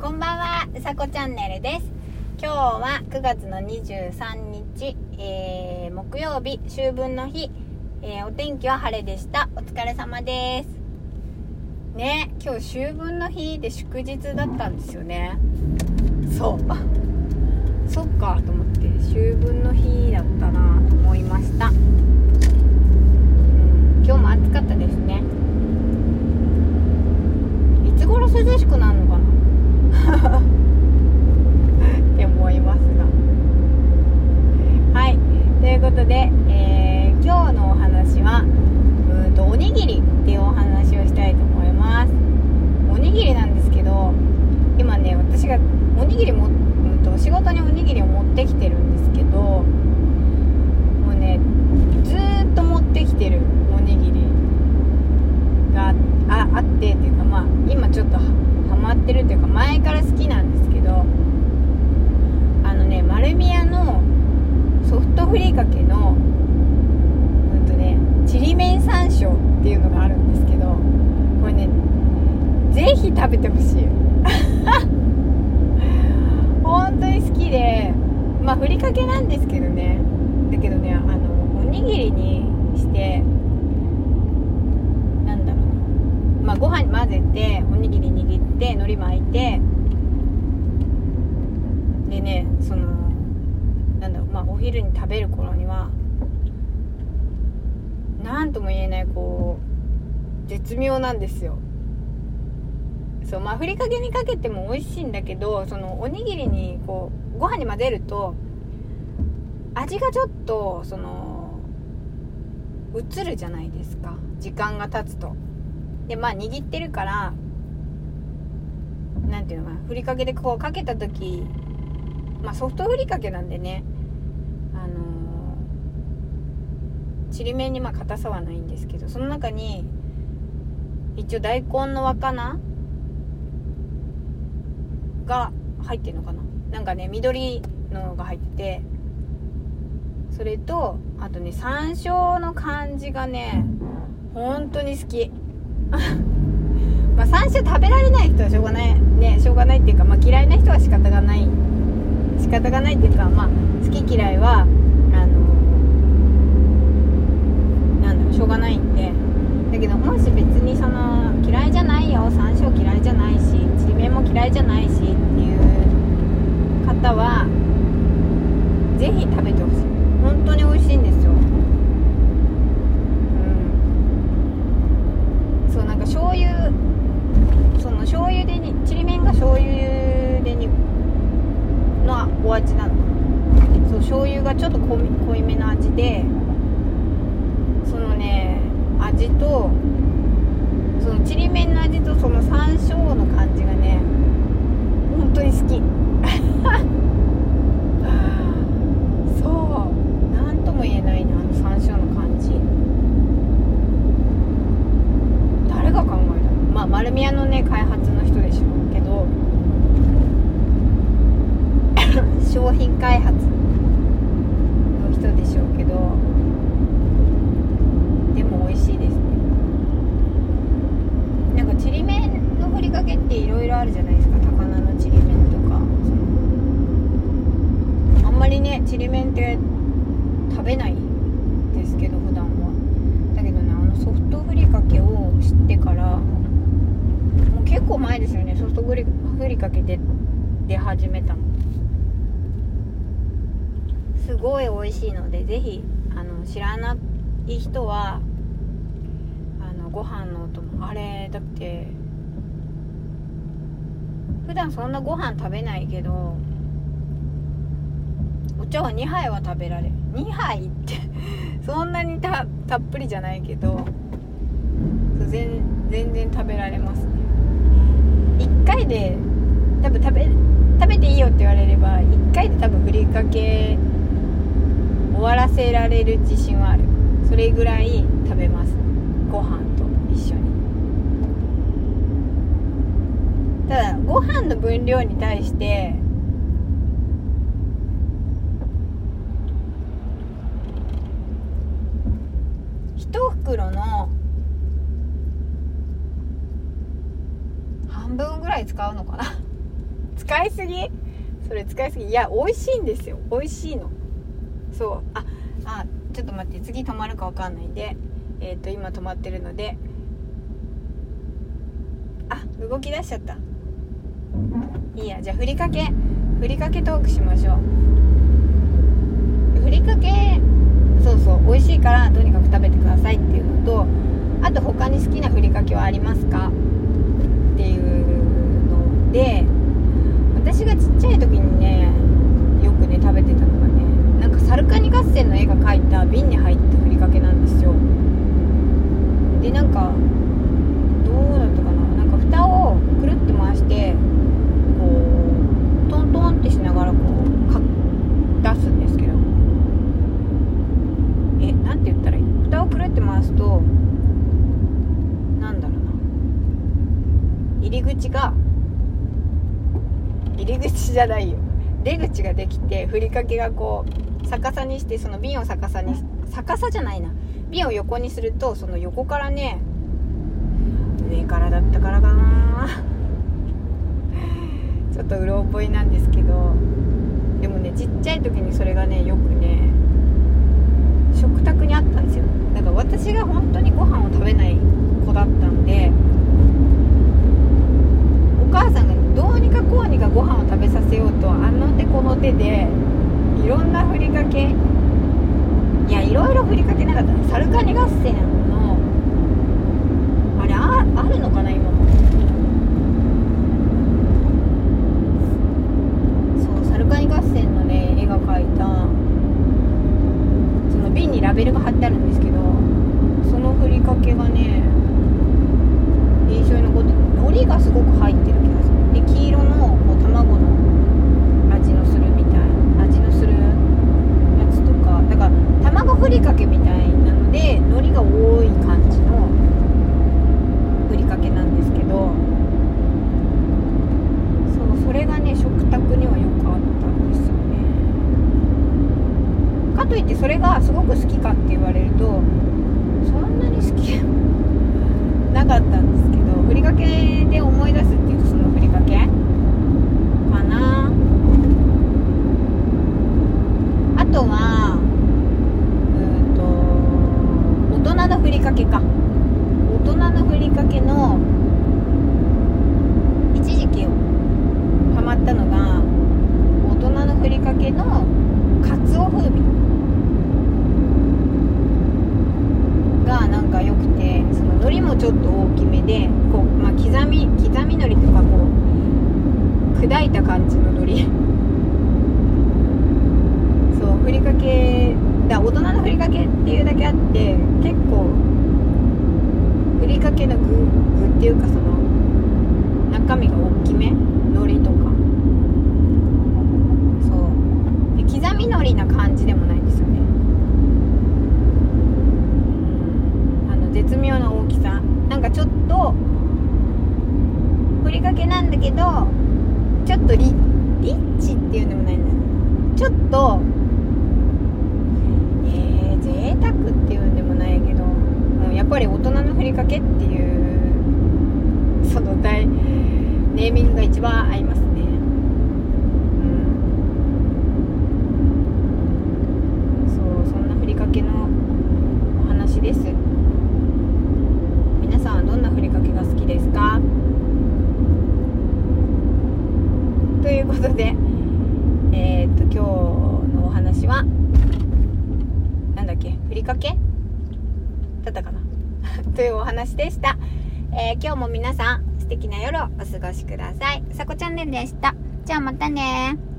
こんばんは、うさこチャンネルです。今日は9月の23日、木曜日、秋分の日、お天気は晴れでした。お疲れ様ですね。今日秋分の日で祝日だったんですよね。そっかと思って秋分の日だったなと思いました。今日も暑かったですね。いつ頃涼しくなるのかなって思いますが、はい、ということで、今日のお話はおにぎりっていうお話をしたいと思います。おにぎりなんですけど、今ね、私がおにぎりも、仕事におにぎりを持ってきてるんですけど、もうね、ずーっと持ってきてるおにぎりがあってっていうか、まあ今ちょっとハマってるっていうか、前から好きなんですけど、丸美屋のソフトふりかけのちりめん山椒っていうのがあるんですけど、これね、ぜひ食べてほしい本当に好きで、まあふりかけなんですけどね、だけどね、おにぎりにしてまあ、ご飯に混ぜておにぎり握って海苔巻いて、でね、まあ、お昼に食べる頃にはなんとも言えない絶妙なんですよ。そう、まあふりかけにかけても美味しいんだけど、そのおにぎりにご飯に混ぜると味がちょっと移るじゃないですか、時間が経つと。で、まあ握ってるから、なんていうのかな、ふりかけでかけた時、まあソフトふりかけなんでね、ちりめんにまあ硬さはないんですけど、その中に一応大根のわかなが入ってるのかな、なんかね、緑のが入ってて、それとあとね、山椒の感じがね本当に好きまあ山椒食べられない人はしょうがないね、しょうがないっていうか、まあ嫌いな人は仕方がないっていうか、まあ好き嫌いはしょうがないんで。だけど、もし別に嫌いじゃないよ、山椒嫌いじゃないし、ちりめんも嫌いじゃないしっていう方はぜひ食べてほしい。本当に美味しいんですよ。そう、なんか醤油でちりめんが醤油でのお味なのかな。そう、醤油がちょっと濃いめの味で、そのね、味とそのちりめんの味とその山椒の感じがね本当に好きそう、なんとも言えないな、山椒の感じ。誰が考えたの？まあ丸美屋のね、開発の人でしょうけど商品開発の人でしょうけど、でも美味しいですね。なんかちりめんのふりかけっていろいろあるじゃないですか。高菜のちりめんとか、あんまりね、ちりめんって食べないですけど普段は。だけどね、ソフトふりかけを知ってから、もう結構前ですよね、ソフトふりかけで出始めたの。すごい美味しいので、ぜひ知らない人はご飯のお供、あれだって普段そんなご飯食べないけど、お茶は2杯は食べられる。2杯ってそんなに たっぷりじゃないけど、全然食べられますね。1回で多分食べていいよって言われれば、1回で多分ふりかけ終わらせられる自信はある。それぐらい食べます、ご飯と一緒に。ただご飯の分量に対して1袋の半分ぐらい使うのかな使いすぎ？それ使いすぎ？いや美味しいんですよ。美味しいの。そう。ちょっと待って、次止まるか分かんないんで、今止まってるので、動き出しちゃった。いいや、じゃあふりかけトークしましょう。ふりかけ、そう美味しいからとにかく食べてくださいっていうのと、あと他に好きなふりかけはありますかっていうので、私がちっちゃい時にねよくね食べてたのがね、なんかサルカニ合戦の絵が描いた瓶に入ったふりかけなんですよ。でなんかどうだったかな、なんか蓋をくるって回してこうトントンってしながらこう出すんですけど、なんて言ったらいいの、蓋をくるって回すとなんだろうな、入り口じゃないよ、出口ができて、ふりかけがこう逆さにして、その瓶を逆さじゃないな、瓶を横にすると、その横からね、上からだったからかなちょっとうろ覚えなんですけど、でもねちっちゃい時にそれがねよくね食卓にあったんですよ。だから私が本当にご飯を食べない子だったんで、お母さんがどうにかこうにかご飯を食べさせようと、あの手この手でいろんなふりかけ、いやいろいろふりかけなかったね。サルカニ合戦のあれ あるのかな今も。そうサルカニ合戦のね絵が描いた、その瓶にラベルが貼ってあるんですけど、そのふりかけがね印象に残ってる。海苔がすごく入ってる気がする。で黄色のこう卵の味のするやつとか、だから卵ふりかけみたいなので海苔が多い感じのふりかけなんですけど、それがね食卓にはよくあったんですよね。かといってそれがすごく好きかって言われるとそんなに好きなかったんですけど、ふりかけで思い出すっていうとそのふりかけかな。あとは大人のふりかけか。大人のふりかけの一時期ハマったのが、大人のふりかけのかつお風味がなんか良くて、その海苔もちょっと大きめでこう、刻み海苔とかこう砕いた感じの海苔そうふりかけだ、大人のふりかけっていうだけあって結構ふりかけの具っていうか、その中身が大きめ、海苔とかそうで刻み海苔な感じでもないんですよね。絶妙な大きさ、なんかちょっとふりかけなんだけどちょっとリッチっていうんでもないんだよ、ちょっと贅沢っていうんでもないけど、もうやっぱり大人のふりかけっていうそのネーミングが一番合いますね。そんなふりかけのお話です。皆さんはどんなふりかけが好きですか？ということで、今日のお話はなんだっけ、ふりかけだったかなというお話でした。今日も皆さん素敵な夜をお過ごしください。さこチャンネルでした。じゃあまたね。